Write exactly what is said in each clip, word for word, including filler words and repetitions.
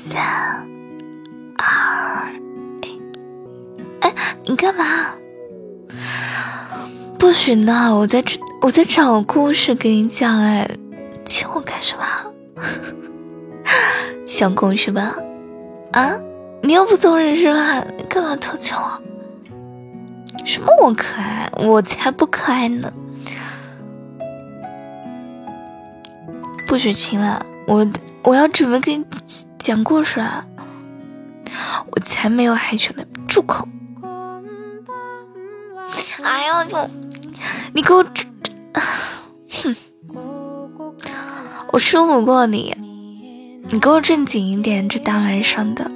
三二一。哎，你干嘛？不许闹！我在我在找故事给你讲。哎，亲我干什么？想故事吧？啊，你又不做人是吧？你干嘛偷亲我？什么我可爱？我才不可爱呢！不许亲了，我我要准备给你讲故事啊！我才没有害羞呢，住口！哎呦，就你给我，哼！我说不过你，你给我正经一点，这大晚上的。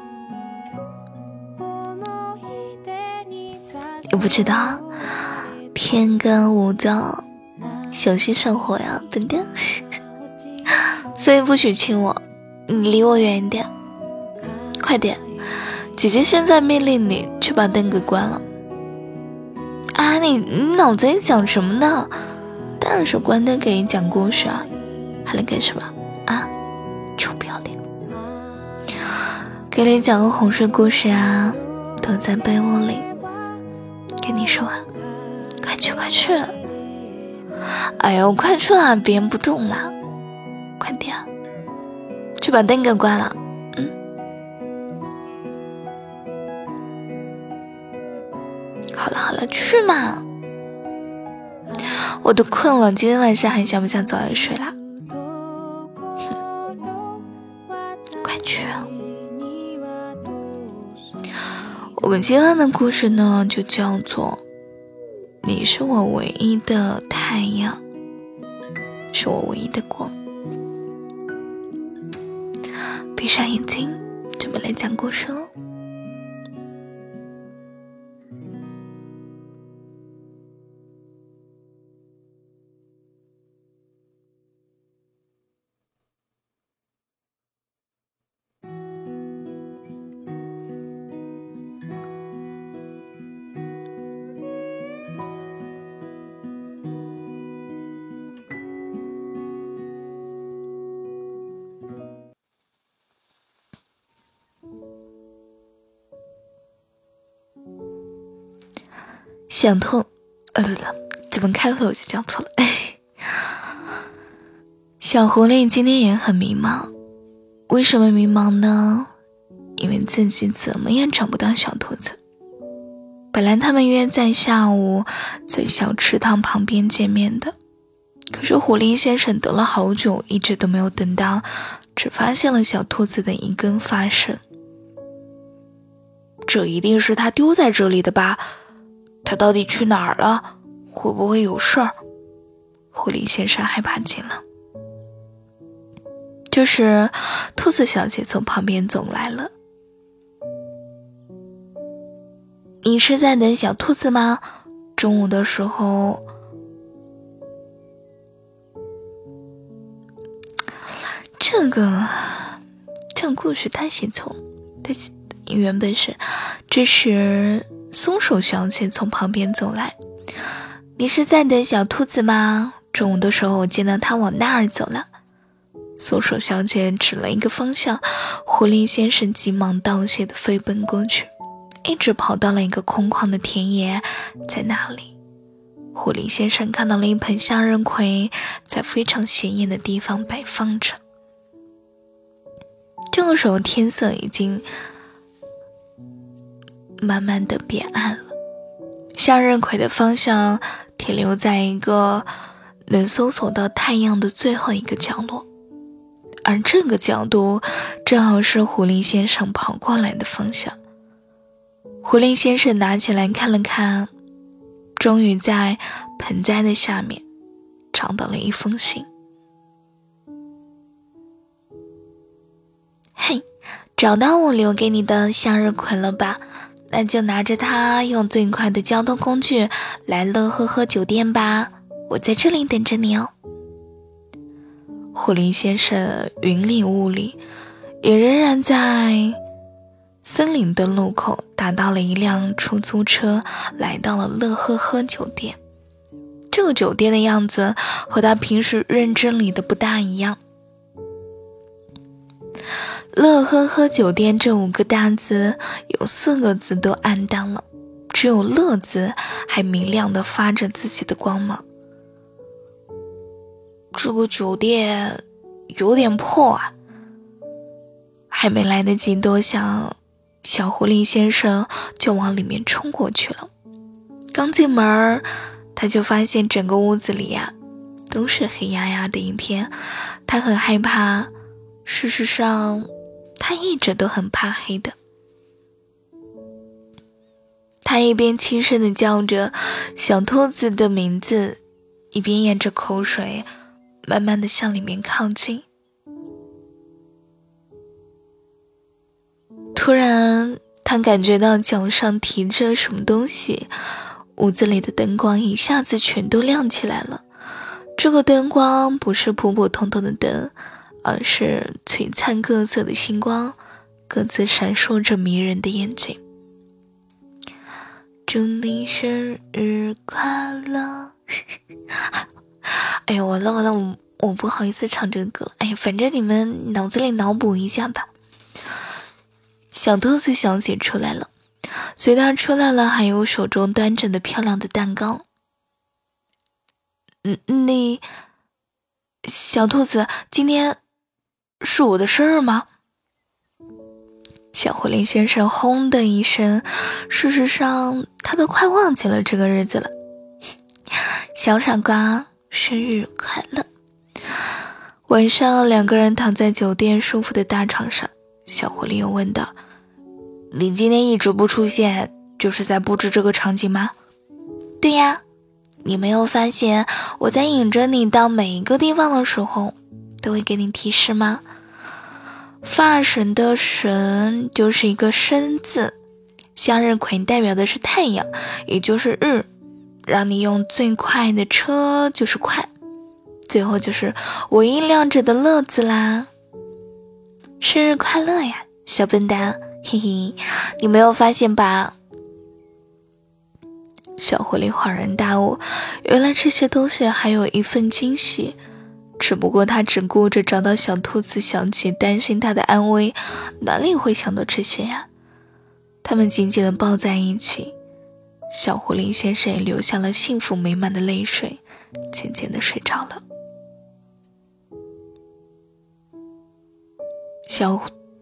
我不知道，天干物燥，小心上火呀，笨蛋！所以不许亲我，你离我远一点，快点！姐姐现在命令你去把灯给关了。啊，你你脑子里想什么呢？当然是关灯给你讲故事啊，还能干什么啊？臭不要脸！给你讲个哄睡故事啊，躲在被窝里跟你说完，快去快去！哎呦，快去啦，别人不动啦，快点，去把灯给关了。嗯，好了好了，去嘛！我都困了，今天晚上还想不想早点睡啦？哼，快去啊！我们今天的故事呢，就叫做你是我唯一的太阳，是我唯一的光。闭上眼睛，准备来讲故事了。想通，呃，不不，怎么开头我就讲错了。小狐狸今天也很迷茫，为什么迷茫呢？因为自己怎么也找不到小兔子。本来他们约在下午在小池塘旁边见面的，可是狐狸先生等了好久，一直都没有等到，只发现了小兔子的一根发绳。这一定是他丢在这里的吧？他到底去哪儿了？会不会有事儿？狐狸先生害怕极了。这时兔子小姐从旁边走来了。你是在等小兔子吗？中午的时候这个这个故事太写错，但是原本是这时松鼠小姐从旁边走来。你是在等小兔子吗？中午的时候我见到它往那儿走了。松鼠小姐指了一个方向，狐狸先生急忙道谢地飞奔过去，一直跑到了一个空旷的田野。在那里，狐狸先生看到了一盆向日葵在非常显眼的地方摆放着。这个时候天色已经慢慢的变暗了，向日葵的方向停留在一个能搜索到太阳的最后一个角落，而这个角度正好是狐狸先生跑过来的方向。狐狸先生拿起来看了看，终于在盆栽的下面找到了一封信。嘿，找到我留给你的向日葵了吧？那就拿着它，用最快的交通工具来乐呵呵酒店吧，我在这里等着你哦。狐狸先生云里雾里，也仍然在森林的路口打到了一辆出租车，来到了乐呵呵酒店。这个酒店的样子和他平时认真里的不大一样。 乐呵呵酒店这五个大字有四个字都暗淡了，只有乐字还明亮地发着自己的光芒。这个酒店有点破啊。还没来得及多想，小狐狸先生就往里面冲过去了。刚进门，他就发现整个屋子里呀、啊、都是黑压压的一片，他很害怕。事实上他一直都很怕黑的。他一边轻声地叫着小兔子的名字，一边咽着口水慢慢地向里面靠近。突然他感觉到脚上提着什么东西，屋子里的灯光一下子全都亮起来了。这个灯光不是普普通通的灯，而是璀璨各色的星光，各自闪烁着迷人的眼睛。祝你生日快乐哎呀，完了完了，我我不好意思唱这个歌了。哎呀，反正你们脑子里脑补一下吧。小兔子小姐出来了，随她出来了还有手中端着的漂亮的蛋糕。嗯，你小兔子今天是我的生日吗？小狐狸先生轰的一声，事实上他都快忘记了这个日子了。小傻瓜，生日快乐。晚上两个人躺在酒店舒服的大床上，小狐狸又问道，你今天一直不出现，就是在布置这个场景吗？对呀，你没有发现我在引着你到每一个地方的时候都会给你提示吗？发神的神就是一个生字，向日葵代表的是太阳，也就是日，让你用最快的车就是快，最后就是唯一亮着的乐字啦。生日快乐呀，小笨蛋，嘿嘿，你没有发现吧？小狐狸恍然大悟，原来这些东西还有一份惊喜，只不过他只顾着找到小兔子小姐，担心她的安危，哪里会想到这些呀？他们紧紧地抱在一起，小狐狸先生也流下了幸福美满的泪水，渐渐地睡着了。小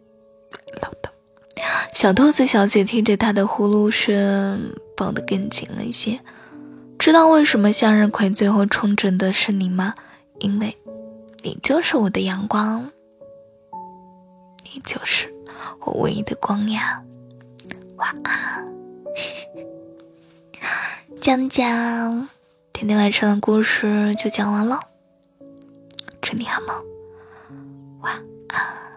小兔子小姐听着她的呼噜声，抱得更紧了一些。知道为什么向日葵最后冲着的是你吗？因为你就是我的阳光，你就是我唯一的光呀。晚安。讲讲今天晚上的故事就讲完了，祝你好梦，晚安。